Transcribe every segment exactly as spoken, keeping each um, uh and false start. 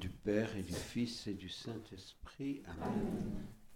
du Père et du Fils et du Saint-Esprit. Amen.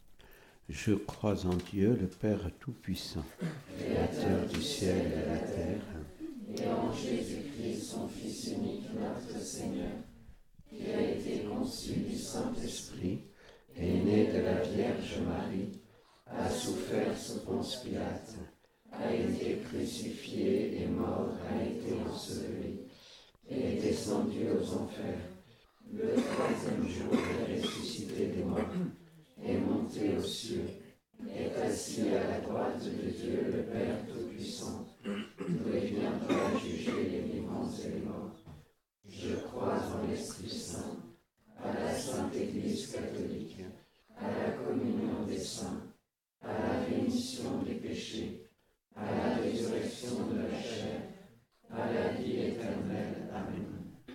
Je crois en Dieu, le Père Tout-Puissant, Créateur du ciel et de la terre, et en Jésus-Christ, son Fils unique, notre Seigneur, qui a été conçu du Saint-Esprit, est né de la Vierge Marie, a souffert sous Ponce Pilate, a été crucifié et mort, a été enseveli, et est descendu aux enfers. Le troisième jour est ressuscité des morts, est monté aux cieux, est assis à la droite de Dieu le Père Tout-Puissant, d'où il viendra juger les vivants et les morts. Je crois en l'Esprit Saint, à la Sainte Église catholique, à la communion des saints, à la rémission des péchés, à la résurrection de la chair, à la vie éternelle. Amen.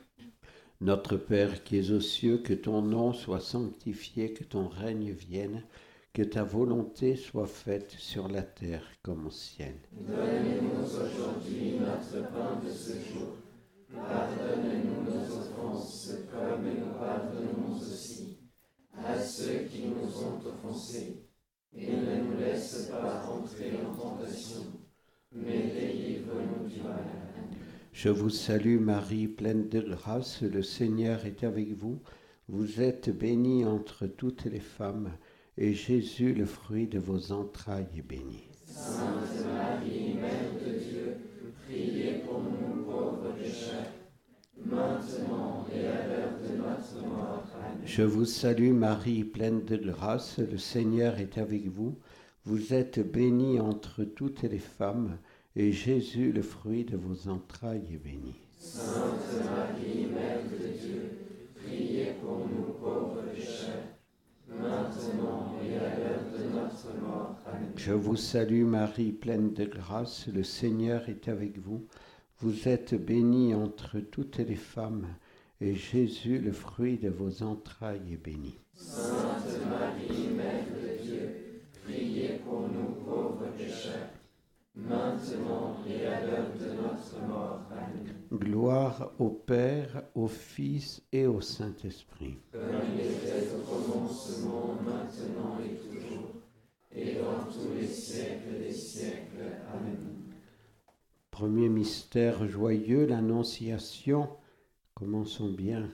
Notre Père qui es aux cieux, que ton nom soit sanctifié, que ton règne vienne, que ta volonté soit faite sur la terre comme au ciel. Donne-nous aujourd'hui notre pain de ce jour. Pardonne-nous nos offenses, comme nous pardonnons aussi à ceux qui nous ont offensés. Et ne nous laisse pas entrer en tentation, mais délivre-nous du mal. Je vous salue Marie, pleine de grâce, le Seigneur est avec vous. Vous êtes bénie entre toutes les femmes, et Jésus, le fruit de vos entrailles, est béni. Sainte Marie, Mère de Dieu, priez pour nous pauvres pécheurs, maintenant et à l'heure de notre mort. Amen. Je vous salue Marie, pleine de grâce, le Seigneur est avec vous. Vous êtes bénie entre toutes les femmes, et Jésus, le fruit de vos entrailles, est béni. Sainte Marie, Mère de Dieu, priez pour nous pauvres pécheurs, maintenant et à l'heure de notre mort. Amen. Je vous salue Marie, pleine de grâce, le Seigneur est avec vous. Vous êtes bénie entre toutes les femmes, et Jésus, le fruit de vos entrailles, est béni. Sainte Marie, Mère de Dieu, priez pour nous pauvres pécheurs, maintenant et à l'heure de notre mort. Amen. Gloire au Père, au Fils et au Saint-Esprit. Comme il était au commencement, maintenant et toujours, et dans tous les siècles des siècles. Amen. Premier mystère joyeux, l'Annonciation. Commençons bien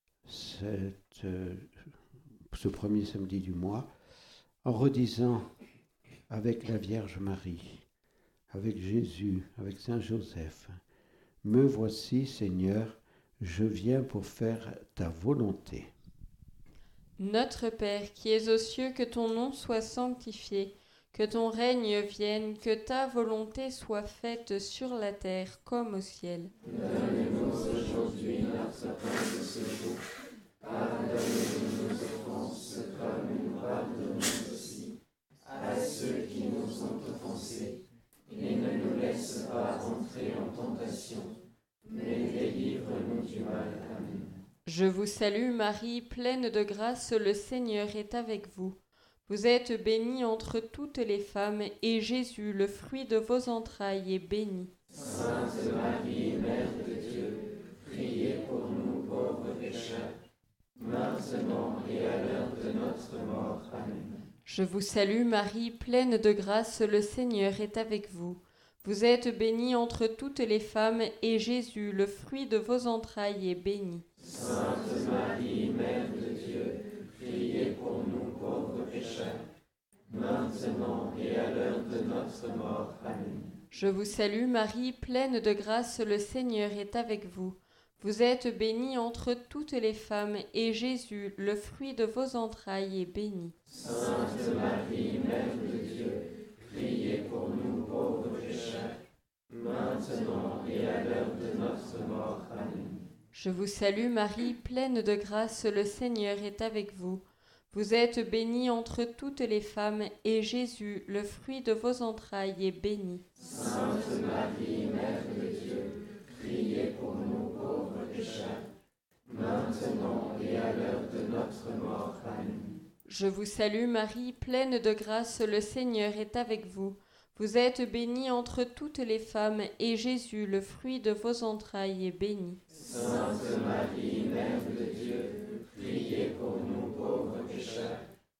cette, euh, ce premier samedi du mois en redisant avec la Vierge Marie, avec Jésus, avec Saint Joseph, « Me voici, Seigneur, je viens pour faire ta volonté. » Notre Père qui es aux cieux, que ton nom soit sanctifié, que ton règne vienne, que ta volonté soit faite sur la terre comme au ciel. Donne-nous aujourd'hui notre pain de ce jour. Pardonne-nous nos offenses, comme nous pardonnons aussi à ceux qui nous ont offensés. Et ne nous laisse pas entrer en tentation, mais délivre-nous du mal. Amen. Je vous salue Marie, pleine de grâce, le Seigneur est avec vous. Vous êtes bénie entre toutes les femmes, et Jésus, le fruit de vos entrailles, est béni. Sainte Marie, Mère de Dieu, priez pour nous pauvres pécheurs, maintenant et à l'heure de notre mort. Amen. Je vous salue Marie, pleine de grâce, le Seigneur est avec vous. Vous êtes bénie entre toutes les femmes, et Jésus, le fruit de vos entrailles, est béni. Sainte Marie, Mère de Dieu, priez pour nous pauvres pécheurs, maintenant et à l'heure de notre mort. Amen. Je vous salue Marie, pleine de grâce, le Seigneur est avec vous. Vous êtes bénie entre toutes les femmes, et Jésus, le fruit de vos entrailles, est béni. Sainte Marie, Mère de Dieu, priez pour nous pauvres pécheurs, maintenant et à l'heure de notre mort. Amen. Je vous salue Marie, pleine de grâce, le Seigneur est avec vous. Vous êtes bénie entre toutes les femmes, et Jésus, le fruit de vos entrailles, est béni. Sainte Marie, Mère de Dieu, priez pour nous pauvres pécheurs, maintenant et à l'heure de notre mort. Amen. Je vous salue Marie, pleine de grâce, le Seigneur est avec vous. Vous êtes bénie entre toutes les femmes, et Jésus, le fruit de vos entrailles, est béni. Sainte Marie, Mère de Dieu, priez pour nous pauvres pécheurs,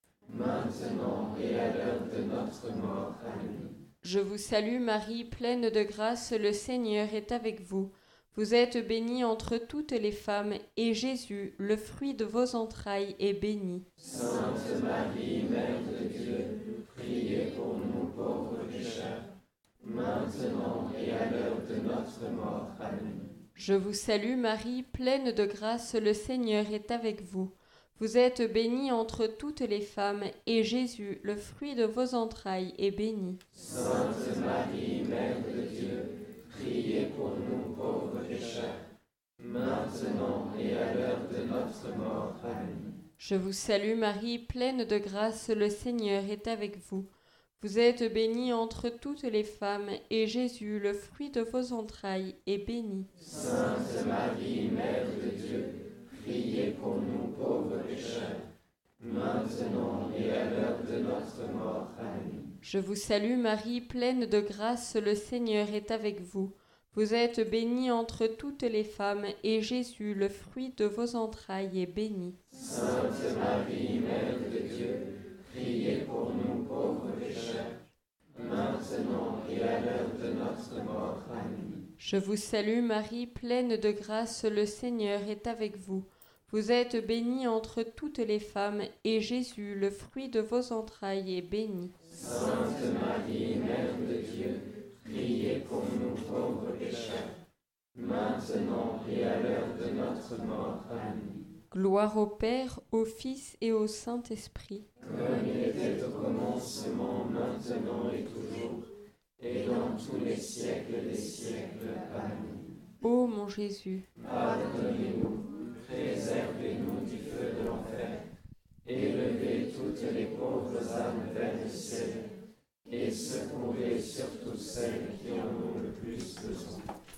maintenant et à l'heure de notre mort. Amen. Je vous salue Marie, pleine de grâce, le Seigneur est avec vous. Vous êtes bénie entre toutes les femmes, et Jésus, le fruit de vos entrailles, est béni. Sainte Marie, Mère de Dieu, priez pour nous pauvres pécheurs, maintenant et à l'heure de notre mort. Amen. Je vous salue Marie, pleine de grâce, le Seigneur est avec vous. Vous êtes bénie entre toutes les femmes, et Jésus, le fruit de vos entrailles, est béni. Sainte Marie, Mère de Dieu, priez pour nous pauvres pécheurs, maintenant et à l'heure de notre mort. Amen. Je vous salue Marie, pleine de grâce, le Seigneur est avec vous. Vous êtes bénie entre toutes les femmes, et Jésus, le fruit de vos entrailles, est béni. Sainte Marie, Mère de Dieu, priez pour nous pauvres pécheurs, maintenant et à l'heure de notre mort. Amen. Je vous salue Marie, pleine de grâce, le Seigneur est avec vous. Vous êtes bénie entre toutes les femmes, et Jésus, le fruit de vos entrailles, est béni. Sainte Marie, Mère de Dieu, priez pour nous pauvres pécheurs, maintenant et à l'heure de notre mort. Amen. Je vous salue Marie, pleine de grâce, le Seigneur est avec vous. Vous êtes bénie entre toutes les femmes, et Jésus, le fruit de vos entrailles, est béni. Sainte Marie, Mère de Dieu, priez pour nous pauvres pécheurs, maintenant et à l'heure de notre mort. Amen. Gloire au Père, au Fils et au Saint-Esprit. Comme il était au commencement, maintenant et toujours, et dans tous les siècles des siècles. Amen. Ô mon Jésus, pardonnez-nous, préservez-nous du feu de l'enfer, élevez toutes les pauvres âmes vers le ciel, et secourez surtout celles qui en ont le plus besoin.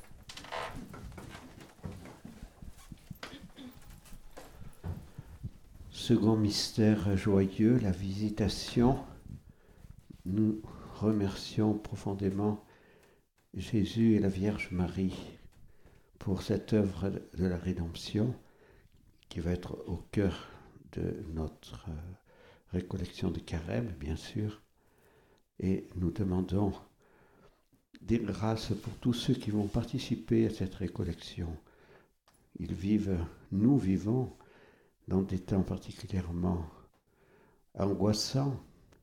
Second mystère joyeux, la visitation. Nous remercions profondément Jésus et la Vierge Marie pour cette œuvre de la rédemption qui va être au cœur de notre récollection de carême, bien sûr. Et nous demandons des grâces pour tous ceux qui vont participer à cette récollection. Ils vivent, nous vivons, dans des temps particulièrement angoissants,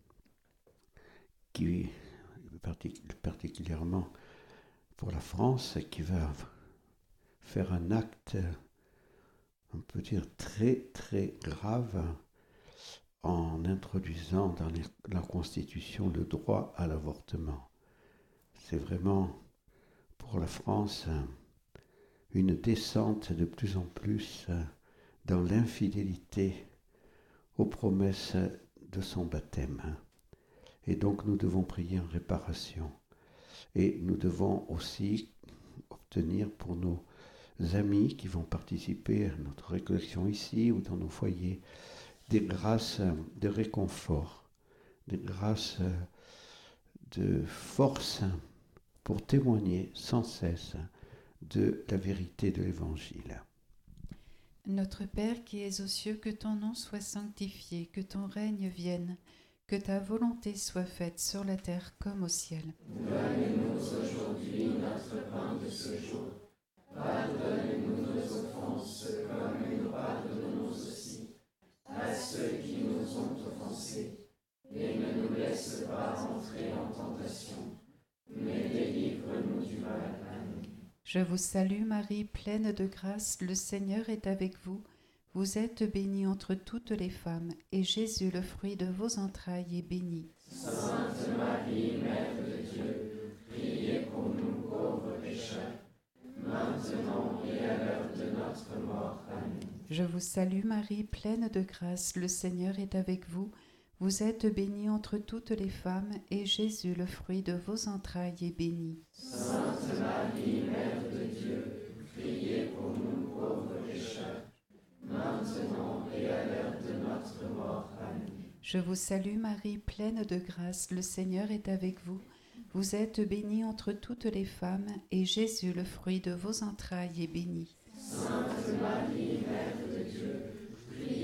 qui, particulièrement pour la France, qui va faire un acte, on peut dire, très très grave en introduisant dans les, la Constitution le droit à l'avortement. C'est vraiment pour la France une descente de plus en plus dans l'infidélité aux promesses de son baptême. Et donc nous devons prier en réparation. Et nous devons aussi obtenir pour nos amis qui vont participer à notre récollection ici ou dans nos foyers des grâces de réconfort, des grâces de force pour témoigner sans cesse de la vérité de l'Évangile. Notre Père qui es aux cieux, que ton nom soit sanctifié, que ton règne vienne, que ta volonté soit faite sur la terre comme au ciel. Donne-nous aujourd'hui notre pain de ce jour. Pardonne-nous nos offenses, comme nous pardonnons aussi à ceux qui nous ont offensés. Et ne nous laisse pas entrer en tentation, mais délivre-nous du mal. Amen. Je vous salue Marie, pleine de grâce, le Seigneur est avec vous. Vous êtes bénie entre toutes les femmes, et Jésus, le fruit de vos entrailles, est béni. Sainte Marie, Mère de Dieu, priez pour nous pauvres pécheurs, maintenant et à l'heure de notre mort. Amen. Je vous salue Marie, pleine de grâce, le Seigneur est avec vous. Vous êtes bénie entre toutes les femmes, et Jésus, le fruit de vos entrailles, est béni. Sainte Marie, Mère de Dieu, priez pour nous pauvres pécheurs, maintenant et à l'heure de notre mort. Amen. Je vous salue Marie, pleine de grâce, le Seigneur est avec vous. Vous êtes bénie entre toutes les femmes, et Jésus, le fruit de vos entrailles, est béni. Sainte Marie, Mère de Dieu, priez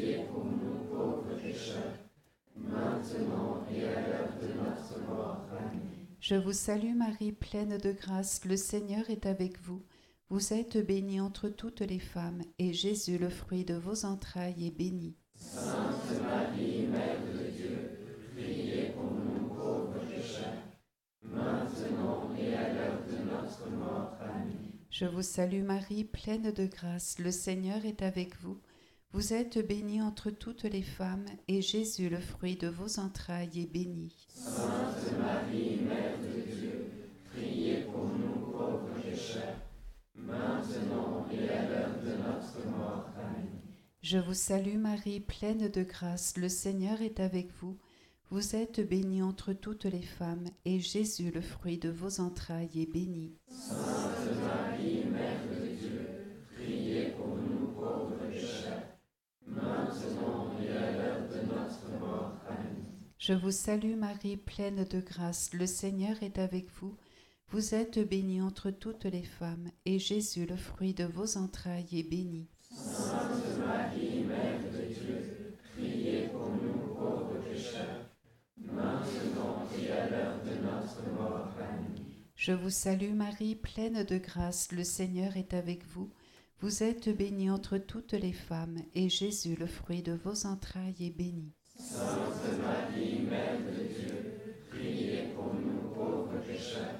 Je vous salue Marie, pleine de grâce, le Seigneur est avec vous. Vous êtes bénie entre toutes les femmes, et Jésus, le fruit de vos entrailles, est béni. Sainte Marie, Mère de Dieu, priez pour nous pauvres pécheurs, maintenant et à l'heure de notre mort. Amen. Je vous salue Marie, pleine de grâce, le Seigneur est avec vous. Vous êtes bénie entre toutes les femmes, et Jésus, le fruit de vos entrailles, est béni. Sainte Marie, Mère de Dieu, priez pour nous pauvres pécheurs, maintenant et à l'heure de notre mort. Amen. Je vous salue Marie, pleine de grâce, le Seigneur est avec vous. Vous êtes bénie entre toutes les femmes, et Jésus, le fruit de vos entrailles, est béni. Sainte Marie, Mère de Dieu, priez pour nous pauvres pécheurs, maintenant et à l'heure de notre mort. Amen. Je vous salue Marie, pleine de grâce, le Seigneur est avec vous. Vous êtes bénie entre toutes les femmes, et Jésus, le fruit de vos entrailles, est béni. Sainte Marie, Mère de Dieu, priez pour nous pauvres pécheurs, maintenant et à l'heure de notre mort. Amen. Je vous salue Marie, pleine de grâce, le Seigneur est avec vous. Vous êtes bénie entre toutes les femmes, et Jésus, le fruit de vos entrailles, est béni. Sainte Marie, Mère de Dieu, priez pour nous pauvres pécheurs,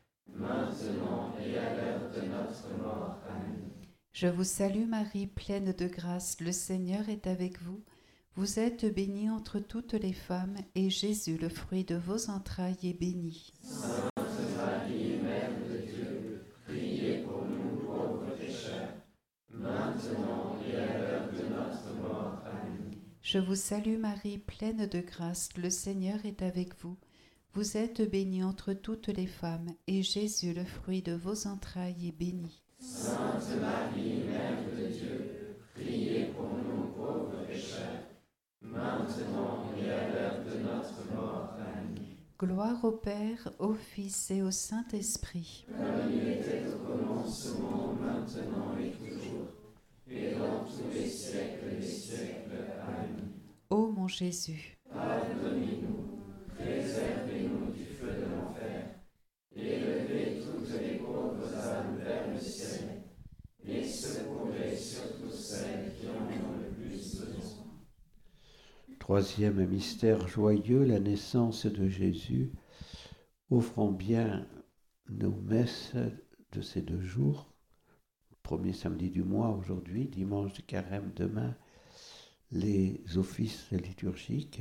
maintenant et à l'heure de notre mort. Amen. Je vous salue Marie, pleine de grâce, le Seigneur est avec vous. Vous êtes bénie entre toutes les femmes, et Jésus, le fruit de vos entrailles, est béni. Sainte Marie, Mère de Dieu, priez pour nous pauvres pécheurs, maintenant et à l'heure de notre mort. Amen. Je vous salue Marie, pleine de grâce, le Seigneur est avec vous. Vous êtes bénie entre toutes les femmes, et Jésus, le fruit de vos entrailles, est béni. Sainte Marie, Mère de Dieu, priez pour nous pauvres pécheurs, maintenant et à l'heure de notre mort. Amen. Gloire au Père, au Fils et au Saint-Esprit. Comme il était au commencement, maintenant et toujours, et dans tous les siècles des siècles. Amen. Ô mon Jésus, Pardonnez-nous, préservez-nous du feu de l'enfer, élevez toutes les pauvres âmes vers le ciel, et secourez surtout celles qui en ont le plus besoin. Troisième mystère joyeux, la naissance de Jésus. Offrons bien nos messes de ces deux jours, premier samedi du mois aujourd'hui, dimanche de carême demain, les offices liturgiques,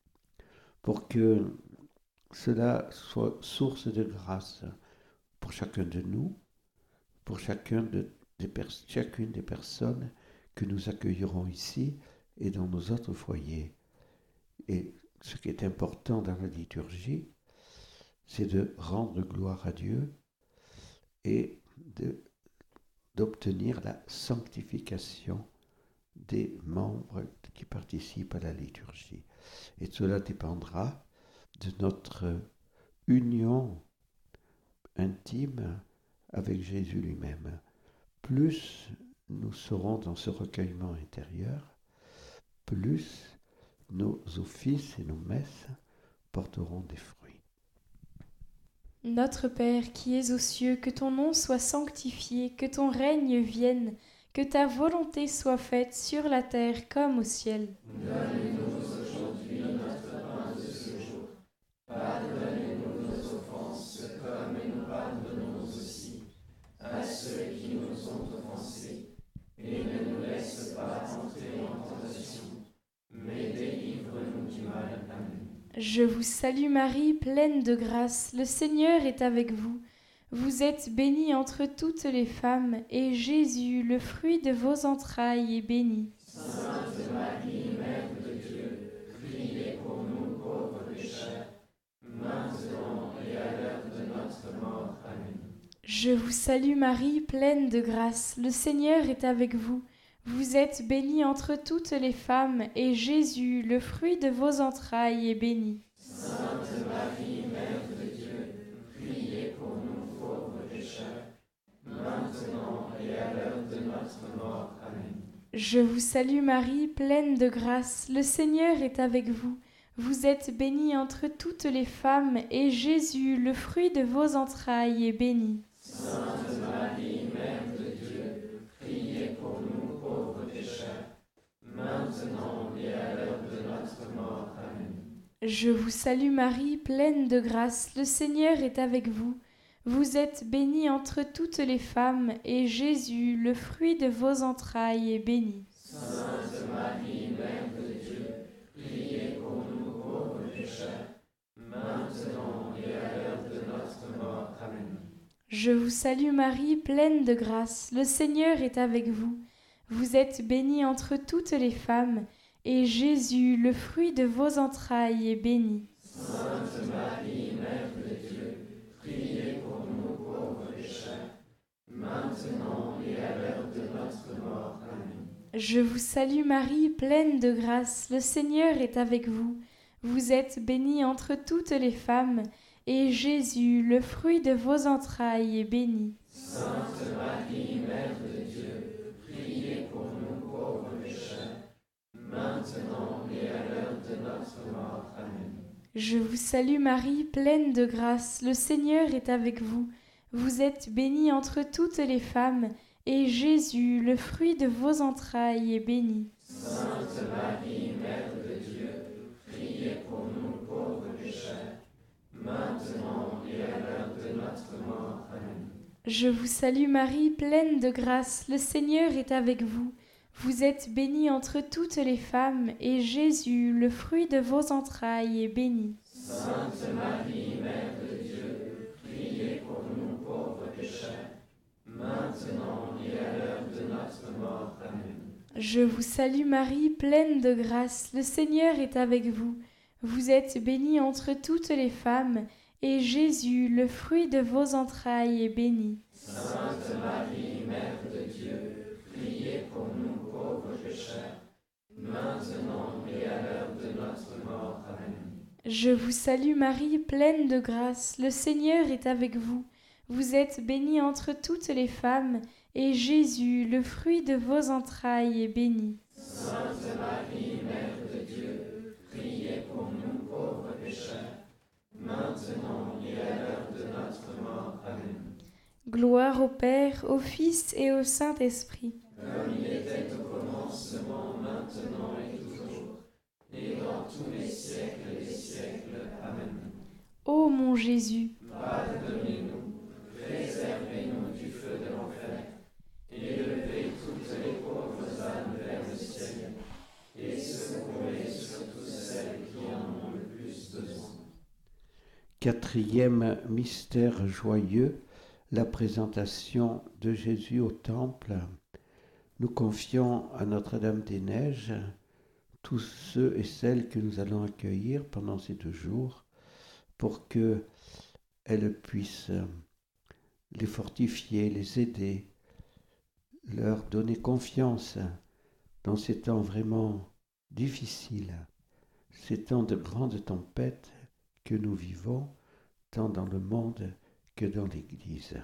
pour que cela soit source de grâce pour chacun de nous, pour chacun de, des pers- chacune des personnes que nous accueillerons ici et dans nos autres foyers. Et ce qui est important dans la liturgie, c'est de rendre gloire à Dieu et de, d'obtenir la sanctification des membres qui participent à la liturgie. Et cela dépendra de notre union intime avec Jésus lui-même. Plus nous serons dans ce recueillement intérieur, plus nos offices et nos messes porteront des fruits. Notre Père qui es aux cieux, que ton nom soit sanctifié, que ton règne vienne, que ta volonté soit faite sur la terre comme au ciel. Donne-nous aujourd'hui notre pain de ce jour. Pardonnez-nous nos offenses, comme nous pardonnons aussi à ceux qui nous ont offensés. Et ne nous laisse pas entrer en tentation, mais délivre-nous du mal. Amen. Je vous salue Marie, pleine de grâce, le Seigneur est avec vous. Vous êtes bénie entre toutes les femmes, et Jésus, le fruit de vos entrailles, est béni. Sainte Marie, Mère de Dieu, priez pour nous pauvres pécheurs, maintenant et à l'heure de notre mort. Amen. Je vous salue Marie, pleine de grâce, le Seigneur est avec vous. Vous êtes bénie entre toutes les femmes, et Jésus, le fruit de vos entrailles, est béni. Sainte Marie, Mère de Dieu, priez pour nous pauvres pécheurs, maintenant et à l'heure de notre mort. Amen. Je vous salue Marie, pleine de grâce, le Seigneur est avec vous. Vous êtes bénie entre toutes les femmes, et Jésus, le fruit de vos entrailles, est béni. Sainte Marie, Mère de Dieu, priez pour nous pauvres pécheurs, maintenant et à l'heure de notre mort. Amen. Je vous salue Marie, pleine de grâce, le Seigneur est avec vous. Vous êtes bénie entre toutes les femmes, et Jésus, le fruit de vos entrailles, est béni. Sainte Marie, Mère de Dieu, priez pour nous pauvres pécheurs, maintenant et à l'heure de notre mort. Amen. Je vous salue Marie, pleine de grâce, le Seigneur est avec vous. Vous êtes bénie entre toutes les femmes, et Jésus, le fruit de vos entrailles, est béni. Sainte Marie, Mère de Dieu, priez pour nous pauvres pécheurs, maintenant et à l'heure de notre mort. Amen. Je vous salue Marie, pleine de grâce, le Seigneur est avec vous. Vous êtes bénie entre toutes les femmes, et Jésus, le fruit de vos entrailles, est béni. Sainte Marie, Mère de Dieu, priez pour nous pauvres pécheurs, maintenant et à l'heure de notre mort. Amen. Je vous salue Marie, pleine de grâce, le Seigneur est avec vous. Vous êtes bénie entre toutes les femmes, et Jésus, le fruit de vos entrailles, est béni. Sainte Marie, Mère de Dieu, priez pour nous pauvres pécheurs, maintenant et à l'heure de notre mort. Amen. Je vous salue Marie, pleine de grâce, le Seigneur est avec vous. Vous êtes bénie entre toutes les femmes, et Jésus, le fruit de vos entrailles, est béni. Sainte Marie, Mère de Dieu, priez pour nous pauvres pécheurs, maintenant et à l'heure de notre mort. Amen. Je vous salue Marie, pleine de grâce, le Seigneur est avec vous. Vous êtes bénie entre toutes les femmes, et Jésus, le fruit de vos entrailles, est béni. Sainte Marie, Mère de Dieu, priez pour nous pauvres pécheurs, maintenant et à l'heure de notre mort. Amen. Je vous salue Marie, pleine de grâce, le Seigneur est avec vous. Vous êtes bénie entre toutes les femmes, et Jésus, le fruit de vos entrailles, est béni. Sainte Marie, Mère de Dieu, priez pour nous pauvres pécheurs, maintenant et à l'heure de notre mort. Amen. Gloire au Père, au Fils et au Saint-Esprit. Comme il était au commencement, maintenant et toujours, et dans tous les siècles des siècles. Amen. Ô mon Jésus, Pardonnez-nous, préservez-nous du feu de l'enfer, élevez toutes les pauvres âmes vers le ciel, et secourez surtout celles qui en ont le plus besoin. Quatrième mystère joyeux, la présentation de Jésus au Temple. Nous confions à Notre-Dame-des-Neiges tous ceux et celles que nous allons accueillir pendant ces deux jours pour qu'elle puisse les fortifier, les aider, leur donner confiance dans ces temps vraiment difficiles, ces temps de grandes tempêtes que nous vivons, tant dans le monde que dans l'Église.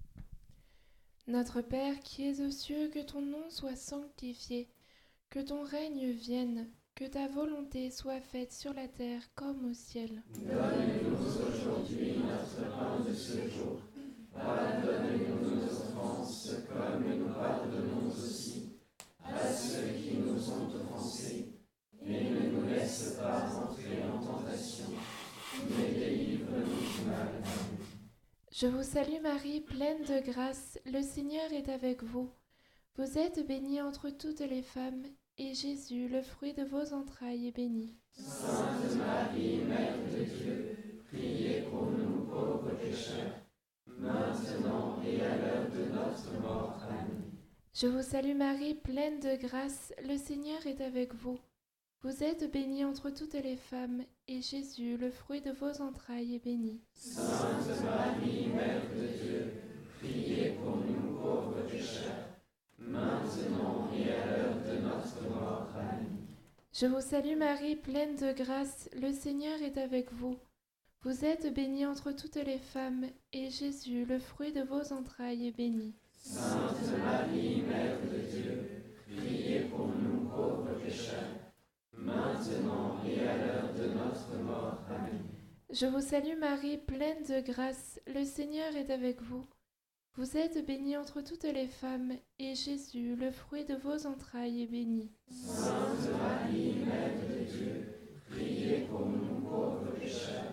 Notre Père qui es aux cieux, que ton nom soit sanctifié, que ton règne vienne, que ta volonté soit faite sur la terre comme au ciel. Donne-nous aujourd'hui notre pain de ce jour. Pardonne-nous nos offenses, comme nous pardonnons aussi à ceux qui nous ont offensés. Et ne nous laisse pas entrer en tentation, mais délivre-nous du mal. Amen. Je vous salue Marie, pleine de grâce, le Seigneur est avec vous. Vous êtes bénie entre toutes les femmes, et Jésus, le fruit de vos entrailles, est béni. Sainte Marie, Mère de Dieu, priez pour nous pauvres pécheurs, maintenant et à l'heure de notre mort. Amen. Je vous salue Marie, pleine de grâce, le Seigneur est avec vous. Vous êtes bénie entre toutes les femmes, et Jésus, le fruit de vos entrailles, est béni. Sainte Marie, Mère de Dieu, priez pour nous pauvres pécheurs, maintenant et à l'heure de notre mort. Amen. Je vous salue Marie, pleine de grâce, le Seigneur est avec vous. Vous êtes bénie entre toutes les femmes, et Jésus, le fruit de vos entrailles, est béni. Sainte Marie, Mère de Dieu, priez pour nous pauvres pécheurs, maintenant et à l'heure de notre mort. Amen. Je vous salue Marie, pleine de grâce, le Seigneur est avec vous. Vous êtes bénie entre toutes les femmes, et Jésus, le fruit de vos entrailles, est béni. Sainte Marie, Mère de Dieu, priez pour nous pauvres pécheurs,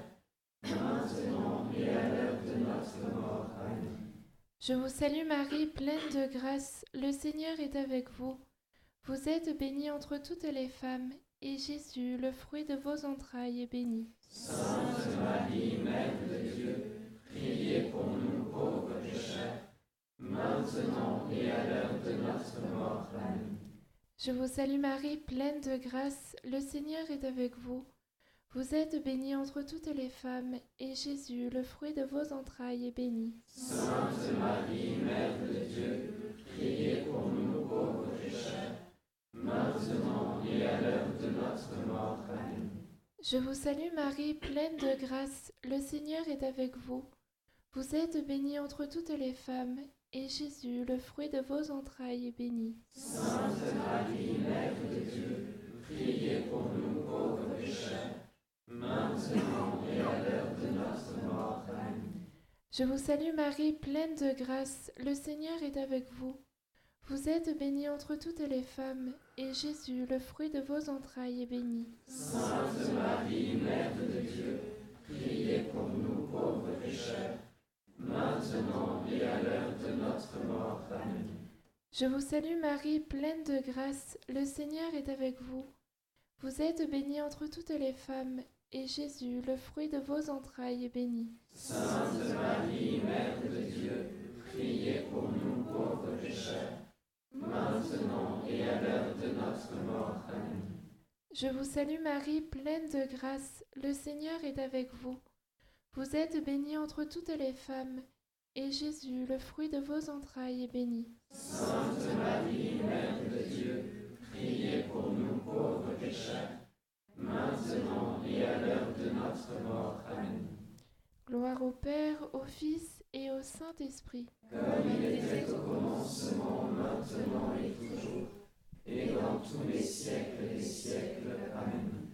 maintenant et à l'heure de notre mort. Amen. Je vous salue Marie, pleine de grâce, le Seigneur est avec vous. Vous êtes bénie entre toutes les femmes, et Jésus, le fruit de vos entrailles, est béni. Sainte Marie, Mère de Dieu, priez pour nous pauvres pécheurs, maintenant et à l'heure de notre mort. Amen. Je vous salue Marie, pleine de grâce, le Seigneur est avec vous. Vous êtes bénie entre toutes les femmes, et Jésus, le fruit de vos entrailles, est béni. Sainte Marie, Mère de Dieu, priez pour nous pauvres pécheurs, maintenant et à l'heure de notre mort. Amen. Je vous salue Marie, pleine de grâce, le Seigneur est avec vous. Vous êtes bénie entre toutes les femmes, et Jésus, le fruit de vos entrailles, est béni. Sainte Marie, Mère de Dieu, priez pour nous pauvres pécheurs, maintenant et à l'heure de notre mort. Amen. Je vous salue Marie, pleine de grâce, le Seigneur est avec vous. Vous êtes bénie entre toutes les femmes, et Jésus, le fruit de vos entrailles, est béni. Sainte Marie, Mère de Dieu, priez pour nous pauvres pécheurs, maintenant et à l'heure de notre mort. Amen. Je vous salue Marie, pleine de grâce, le Seigneur est avec vous. Vous êtes bénie entre toutes les femmes, et Jésus, le fruit de vos entrailles, est béni. Sainte Marie, Mère de Dieu, priez pour nous pauvres pécheurs, maintenant et à l'heure de notre mort. Amen. Je vous salue Marie, pleine de grâce, le Seigneur est avec vous. Vous êtes bénie entre toutes les femmes, et Jésus, le fruit de vos entrailles, est béni. Sainte Marie, Mère de Dieu, priez pour nous pauvres pécheurs, maintenant et à l'heure de notre mort. Amen. Gloire au Père, au Fils et au Saint-Esprit. Comme il était au commencement, maintenant et toujours, et dans tous les siècles des siècles. Amen.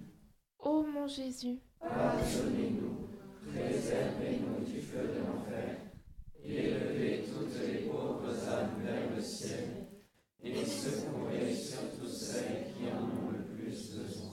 Ô mon Jésus, pardonnez-nous, préservez-nous du feu de l'enfer, élevez toutes les pauvres âmes vers le ciel, et secourez surtout celles qui en ont le plus besoin.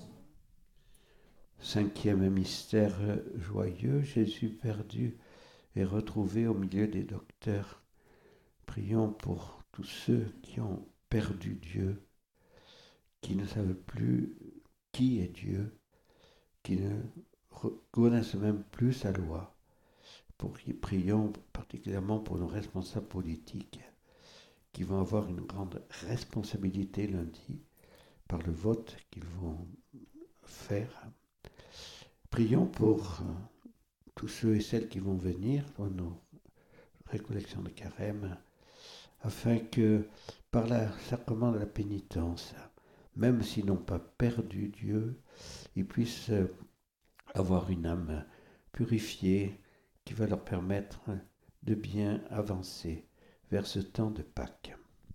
Cinquième mystère joyeux, Jésus perdu et retrouvé au milieu des docteurs. Prions pour tous ceux qui ont perdu Dieu, qui ne savent plus qui est Dieu, qui ne connaissent même plus sa loi. Pour, prions particulièrement pour nos responsables politiques qui vont avoir une grande responsabilité lundi par le vote qu'ils vont faire. Prions pour euh, tous ceux et celles qui vont venir dans nos récollections de carême, afin que par le sacrement de la pénitence, même s'ils n'ont pas perdu Dieu, ils puissent avoir une âme purifiée qui va leur permettre de bien avancer vers ce temps de Pâques.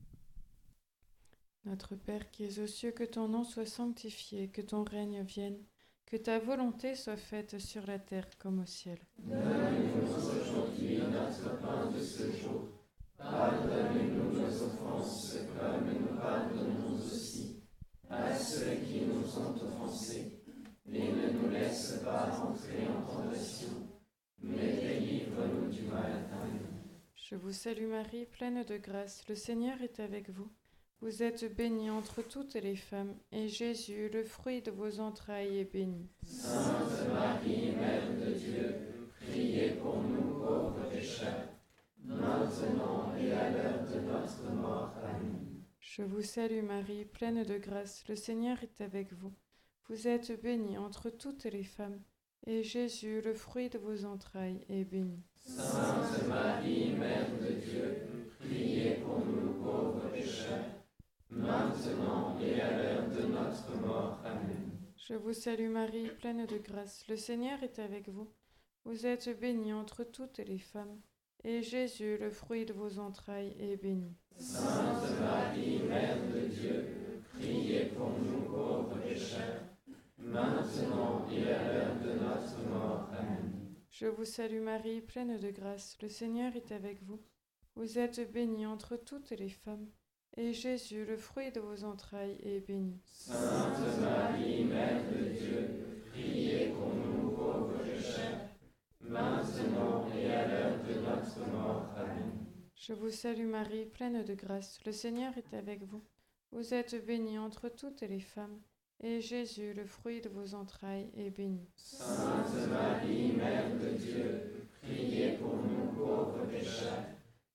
Notre Père qui es aux cieux, que ton nom soit sanctifié, que ton règne vienne, que ta volonté soit faite sur la terre comme au ciel. Donne-nous aujourd'hui notre pain de ce jour. Pardonne-nous nos offenses, comme nous pardonnons aussi à ceux qui nous ont offensés. Et ne nous laisse pas entrer en tentation, mais délivre-nous du mal. Amen. Je vous salue Marie, pleine de grâce, le Seigneur est avec vous. Vous êtes bénie entre toutes les femmes, et Jésus, le fruit de vos entrailles, est béni. Sainte Marie, Mère de Dieu, priez pour nous pauvres pécheurs, maintenant et à l'heure de notre mort. Amen. Je vous salue Marie, pleine de grâce, le Seigneur est avec vous. Vous êtes bénie entre toutes les femmes, et Jésus, le fruit de vos entrailles, est béni. Sainte Marie, Mère de Dieu, priez pour nous pauvres pécheurs, maintenant et à l'heure de notre mort. Amen. Je vous salue Marie, pleine de grâce, le Seigneur est avec vous. Vous êtes bénie entre toutes les femmes, et Jésus, le fruit de vos entrailles, est béni. Sainte Marie, Mère de Dieu, priez pour nous pauvres pécheurs, maintenant et à l'heure de notre mort. Amen. Je vous salue Marie, pleine de grâce, le Seigneur est avec vous. Vous êtes bénie entre toutes les femmes, et Jésus, le fruit de vos entrailles, est béni. Sainte Marie, Mère de Dieu, priez pour nous pauvres pécheurs, maintenant et à l'heure de notre mort. Amen. Je vous salue Marie, pleine de grâce, le Seigneur est avec vous. Vous êtes bénie entre toutes les femmes, et Jésus, le fruit de vos entrailles, est béni. Sainte Marie, Mère de Dieu, priez pour nous pauvres pécheurs,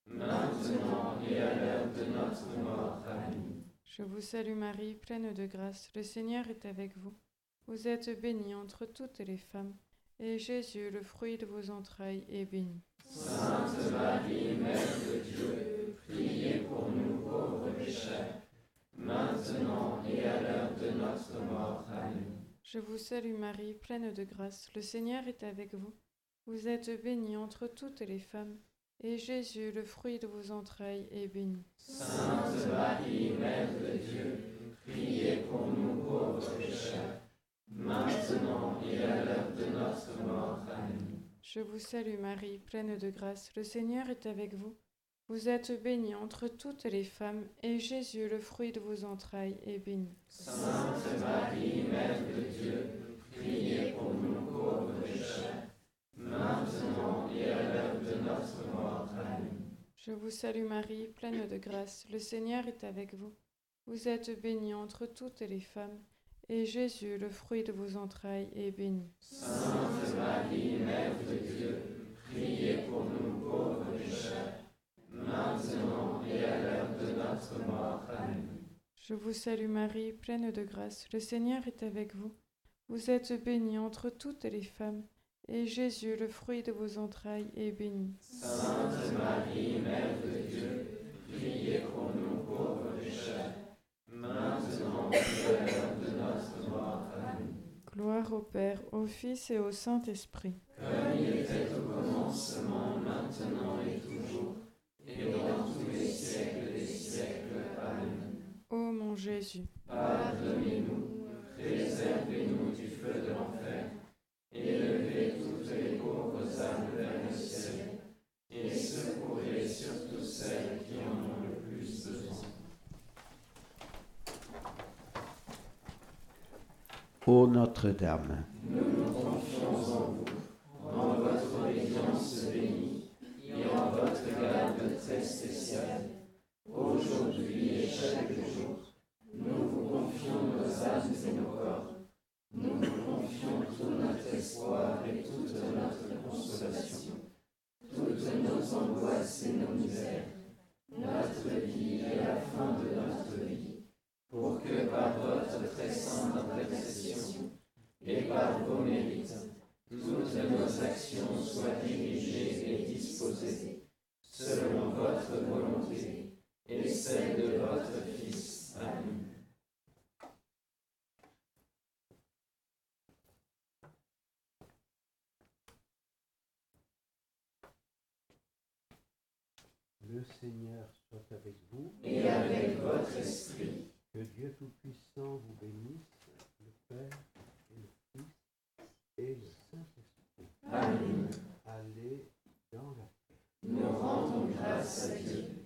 maintenant et à l'heure de notre mort. Amen. Je vous salue Marie, pleine de grâce, le Seigneur est avec vous. Vous êtes bénie entre toutes les femmes, et Jésus, le fruit de vos entrailles, est béni. Sainte Marie, Mère de Dieu, priez pour nous pauvres pécheurs, maintenant et à l'heure de notre mort. Amen. Je vous salue Marie, pleine de grâce, le Seigneur est avec vous. Vous êtes bénie entre toutes les femmes, et Jésus, le fruit de vos entrailles, est béni. Sainte Marie, Mère de Dieu, priez pour nous pauvres pécheurs, maintenant et à l'heure de notre mort. Amen. Je vous salue Marie, pleine de grâce, le Seigneur est avec vous. Vous êtes bénie entre toutes les femmes, et Jésus, le fruit de vos entrailles, est béni. Sainte Marie, Mère de Dieu, priez pour nous pauvres pécheurs, maintenant et à l'heure de notre mort. Amen. Je vous salue Marie, pleine de grâce, le Seigneur est avec vous. Vous êtes bénie entre toutes les femmes, et Jésus, le fruit de vos entrailles, est béni. Sainte Marie, Mère de Dieu, priez pour nous pauvres pécheurs, maintenant et à l'heure de notre mort. Amen. Je vous salue Marie, pleine de grâce, le Seigneur est avec vous. Vous êtes bénie entre toutes les femmes, et Jésus, le fruit de vos entrailles, est béni. Sainte Marie, Mère de Dieu, priez pour nous pauvres pécheurs, maintenant et à l'heure de notre mort. Amen. Gloire au Père, au Fils et au Saint-Esprit. Comme il était au commencement, maintenant et toujours, et dans tous les siècles des siècles. Amen. Ô mon Jésus, Pardonnez-nous, préservez-nous du feu de l'enfer, élevez toutes les pauvres âmes vers le ciel, et secourez surtout celles qui en ont le plus besoin. Ô Notre-Dame, Nous nous confions en vous, en votre obéissance bénie, et en votre garde très spéciale. Aujourd'hui et chaque jour, nous vous confions nos âmes et nos corps. Nous vous confions tout notre espoir et toute notre consolation, toutes nos angoisses et nos misères, notre vie et la fin de notre vie, pour que par votre très sainte intercession et par vos mérites, toutes nos actions soient dirigées et disposées selon votre volonté et celle de votre Fils. Amen. le Seigneur soit avec vous Et avec votre esprit. Que Dieu Tout-Puissant vous bénisse, le Père et le Fils et le Saint-Esprit. Amen. Allez dans la paix. Nous rendons grâce à Dieu.